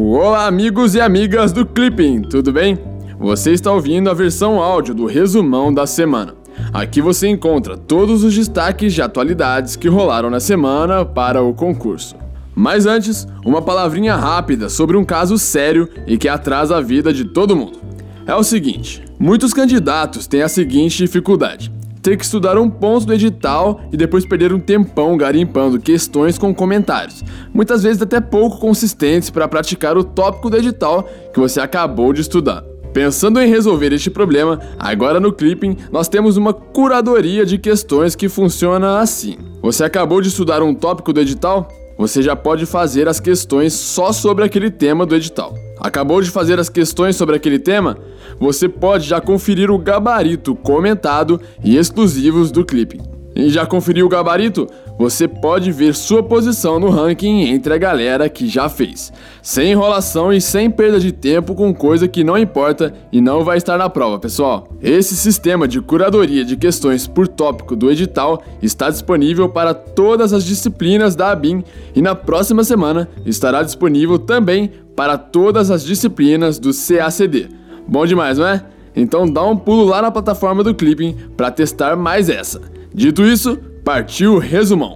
Olá, amigos e amigas do Clipping, tudo bem? Você está ouvindo a versão áudio do resumão da semana. Aqui você encontra todos os destaques de atualidades que rolaram na semana para o concurso. Mas antes, uma palavrinha rápida sobre um caso sério e que atrasa a vida de todo mundo. É o seguinte, muitos candidatos têm a seguinte dificuldade: ter que estudar um ponto do edital e depois perder um tempão garimpando questões com comentários, muitas vezes até pouco consistentes para praticar o tópico do edital que você acabou de estudar. Pensando em resolver este problema, agora no Clipping nós temos uma curadoria de questões que funciona assim. Você acabou de estudar um tópico do edital? Você já pode fazer as questões só sobre aquele tema do edital. Acabou de fazer as questões sobre aquele tema? Você pode já conferir o gabarito comentado e exclusivos do Clipping. E já conferiu o gabarito? Você pode ver sua posição no ranking entre a galera que já fez. Sem enrolação e sem perda de tempo com coisa que não importa e não vai estar na prova, pessoal. Esse sistema de curadoria de questões por tópico do edital está disponível para todas as disciplinas da ABIN e na próxima semana estará disponível também para todas as disciplinas do CACD. Bom demais, não é? Então dá um pulo lá na plataforma do Clipping para testar mais essa. Dito isso, partiu o resumão.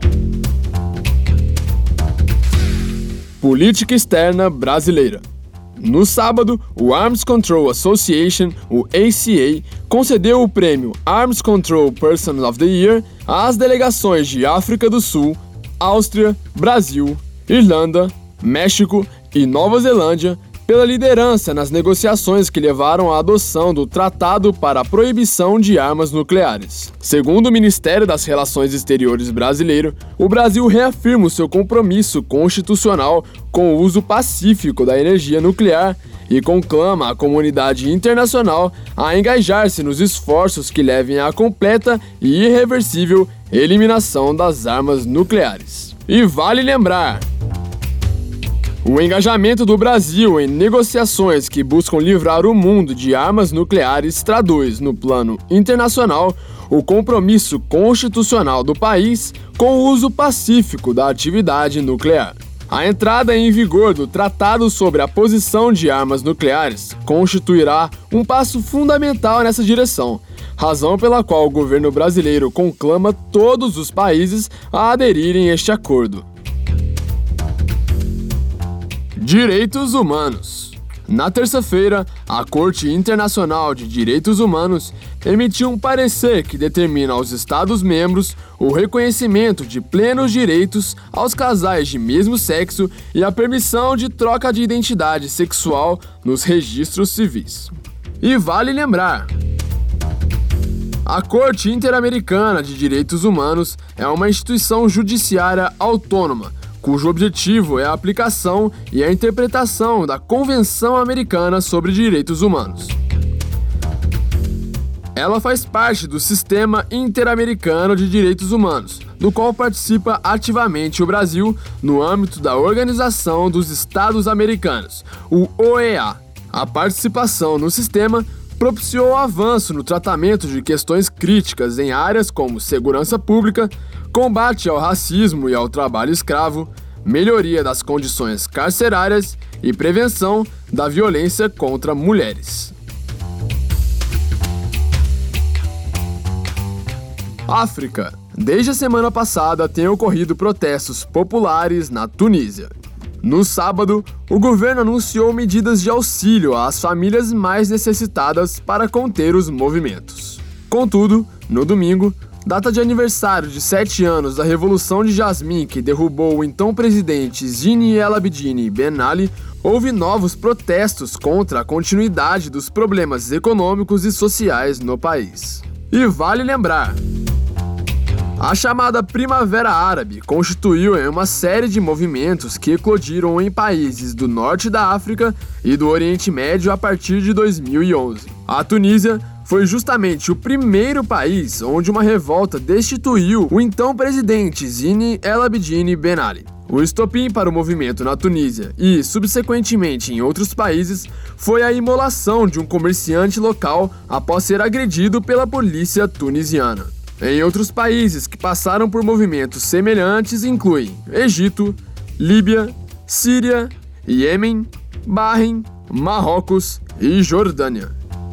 Política externa brasileira. No sábado, o Arms Control Association, o ACA, concedeu o prêmio Arms Control Person of the Year às delegações de África do Sul, Áustria, Brasil, Irlanda, México e Nova Zelândia pela liderança nas negociações que levaram à adoção do Tratado para a Proibição de Armas Nucleares. Segundo o Ministério das Relações Exteriores brasileiro, o Brasil reafirma o seu compromisso constitucional com o uso pacífico da energia nuclear e conclama a comunidade internacional a engajar-se nos esforços que levem à completa e irreversível eliminação das armas nucleares. E vale lembrar: o engajamento do Brasil em negociações que buscam livrar o mundo de armas nucleares traduz, no plano internacional, o compromisso constitucional do país com o uso pacífico da atividade nuclear. A entrada em vigor do Tratado sobre a Posição de Armas Nucleares constituirá um passo fundamental nessa direção, razão pela qual o governo brasileiro conclama todos os países a aderirem a este acordo. Direitos humanos. Na terça-feira, a Corte Internacional de Direitos Humanos emitiu um parecer que determina aos Estados-membros o reconhecimento de plenos direitos aos casais de mesmo sexo e a permissão de troca de identidade sexual nos registros civis. E vale lembrar: a Corte Interamericana de Direitos Humanos é uma instituição judiciária autônoma, cujo objetivo é a aplicação e a interpretação da Convenção Americana sobre Direitos Humanos. Ela faz parte do Sistema Interamericano de Direitos Humanos, do qual participa ativamente o Brasil no âmbito da Organização dos Estados Americanos, o OEA. A participação no sistema propiciou o avanço no tratamento de questões críticas em áreas como segurança pública, combate ao racismo e ao trabalho escravo, melhoria das condições carcerárias e prevenção da violência contra mulheres. África. Desde a semana passada têm ocorrido protestos populares na Tunísia. No sábado, o governo anunciou medidas de auxílio às famílias mais necessitadas para conter os movimentos. Contudo, no domingo, data de aniversário de 7 anos da Revolução de Jasmim que derrubou o então presidente Zine El Abidine Ben Ali, houve novos protestos contra a continuidade dos problemas econômicos e sociais no país. E vale lembrar: a chamada Primavera Árabe constituiu em uma série de movimentos que eclodiram em países do norte da África e do Oriente Médio a partir de 2011. A Tunísia foi justamente o primeiro país onde uma revolta destituiu o então presidente Zine El Abidine Ben Ali. O estopim para o movimento na Tunísia e, subsequentemente, em outros países, foi a imolação de um comerciante local após ser agredido pela polícia tunisiana. Em outros países que passaram por movimentos semelhantes incluem Egito, Líbia, Síria, Iêmen, Bahrein, Marrocos e Jordânia.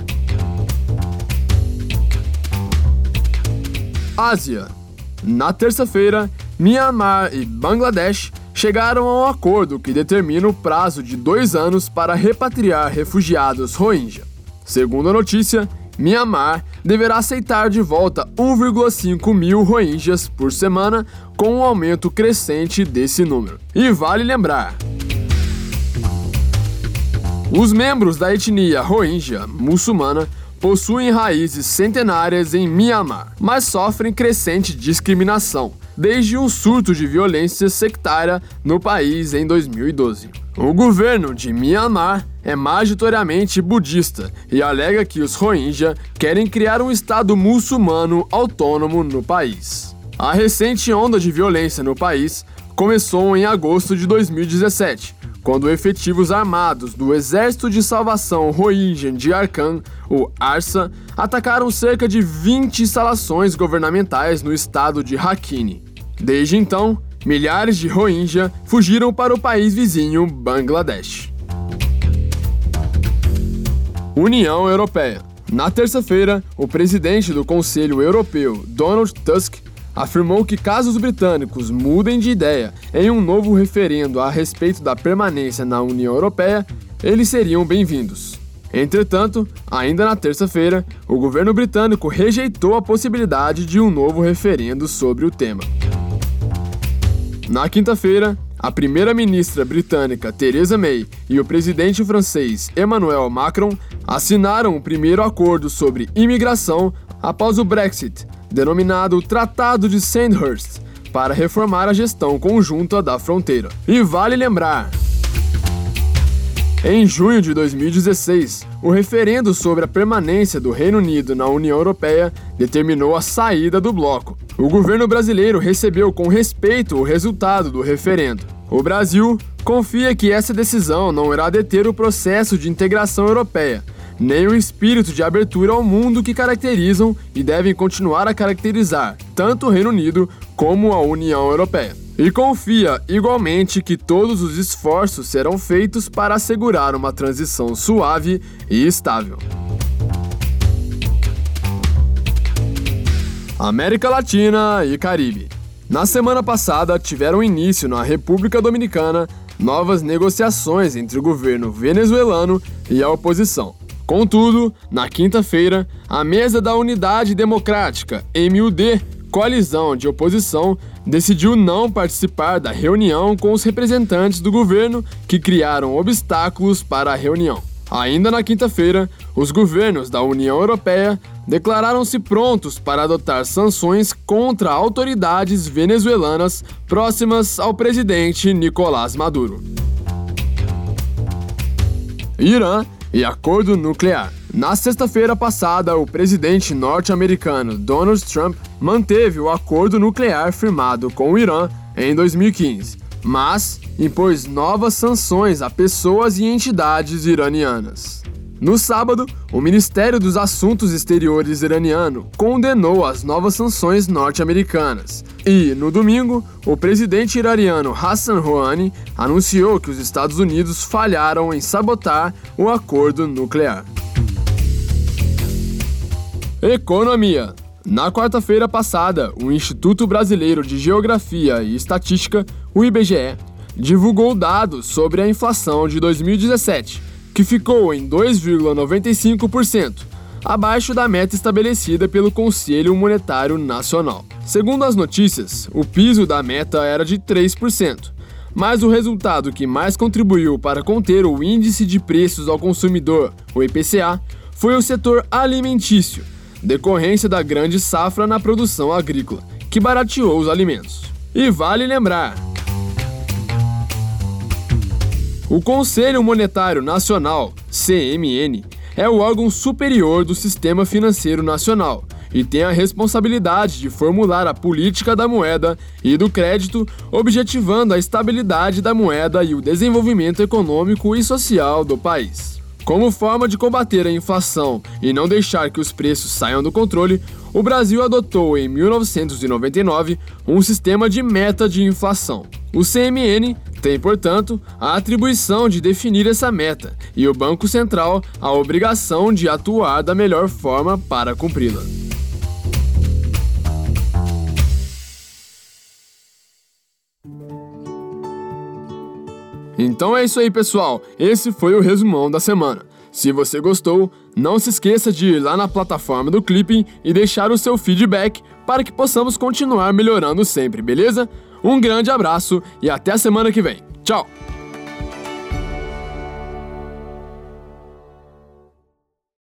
Ásia. Na terça-feira, Myanmar e Bangladesh chegaram a um acordo que determina o prazo de 2 anos para repatriar refugiados Rohingya. Segundo a notícia, Myanmar deverá aceitar de volta 1,5 mil Rohingyas por semana, com um aumento crescente desse número. E vale lembrar: os membros da etnia Rohingya muçulmana possuem raízes centenárias em Myanmar, mas sofrem crescente discriminação desde um surto de violência sectária no país em 2012. O governo de Myanmar é majoritariamente budista e alega que os Rohingya querem criar um estado muçulmano autônomo no país. A recente onda de violência no país começou em agosto de 2017, quando efetivos armados do Exército de Salvação Rohingya de Arakan, o ARSA, atacaram cerca de 20 instalações governamentais no estado de Rakhine. Desde então, milhares de Rohingya fugiram para o país vizinho Bangladesh. União Europeia. Na terça-feira, o presidente do Conselho Europeu, Donald Tusk, afirmou que caso os britânicos mudem de ideia em um novo referendo a respeito da permanência na União Europeia, eles seriam bem-vindos. Entretanto, ainda na terça-feira, o governo britânico rejeitou a possibilidade de um novo referendo sobre o tema. Na quinta-feira, a primeira-ministra britânica Theresa May e o presidente francês Emmanuel Macron assinaram o primeiro acordo sobre imigração após o Brexit, denominado Tratado de Sandhurst, para reformar a gestão conjunta da fronteira. E vale lembrar: em junho de 2016, o referendo sobre a permanência do Reino Unido na União Europeia determinou a saída do bloco. O governo brasileiro recebeu com respeito o resultado do referendo. O Brasil confia que essa decisão não irá deter o processo de integração europeia, nem o espírito de abertura ao mundo que caracterizam e devem continuar a caracterizar tanto o Reino Unido como a União Europeia. E confia, igualmente, que todos os esforços serão feitos para assegurar uma transição suave e estável. América Latina e Caribe. Na semana passada, tiveram início na República Dominicana novas negociações entre o governo venezuelano e a oposição. Contudo, na quinta-feira, a Mesa da Unidade Democrática, MUD, coalizão de oposição, decidiu não participar da reunião com os representantes do governo que criaram obstáculos para a reunião. Ainda na quinta-feira, os governos da União Europeia declararam-se prontos para adotar sanções contra autoridades venezuelanas próximas ao presidente Nicolás Maduro. Irã e acordo nuclear. Na sexta-feira passada, o presidente norte-americano Donald Trump manteve o acordo nuclear firmado com o Irã em 2015, mas impôs novas sanções a pessoas e entidades iranianas. No sábado, o Ministério dos Assuntos Exteriores iraniano condenou as novas sanções norte-americanas. E, no domingo, o presidente iraniano Hassan Rouhani anunciou que os Estados Unidos falharam em sabotar o acordo nuclear. Economia. Na quarta-feira passada, o Instituto Brasileiro de Geografia e Estatística, o IBGE, divulgou dados sobre a inflação de 2017, que ficou em 2,95%, abaixo da meta estabelecida pelo Conselho Monetário Nacional. Segundo as notícias, o piso da meta era de 3%, mas o resultado que mais contribuiu para conter o Índice de Preços ao Consumidor, o IPCA, foi o setor alimentício, decorrência da grande safra na produção agrícola, que barateou os alimentos. E vale lembrar: o Conselho Monetário Nacional, CMN, é o órgão superior do Sistema Financeiro Nacional e tem a responsabilidade de formular a política da moeda e do crédito, objetivando a estabilidade da moeda e o desenvolvimento econômico e social do país. Como forma de combater a inflação e não deixar que os preços saiam do controle, o Brasil adotou em 1999 um sistema de meta de inflação. O CMN Tem, portanto, a atribuição de definir essa meta e o Banco Central a obrigação de atuar da melhor forma para cumpri-la. Então é isso aí, pessoal. Esse foi o resumão da semana. Se você gostou, não se esqueça de ir lá na plataforma do Clipping e deixar o seu feedback para que possamos continuar melhorando sempre, beleza? Um grande abraço e até a semana que vem. Tchau!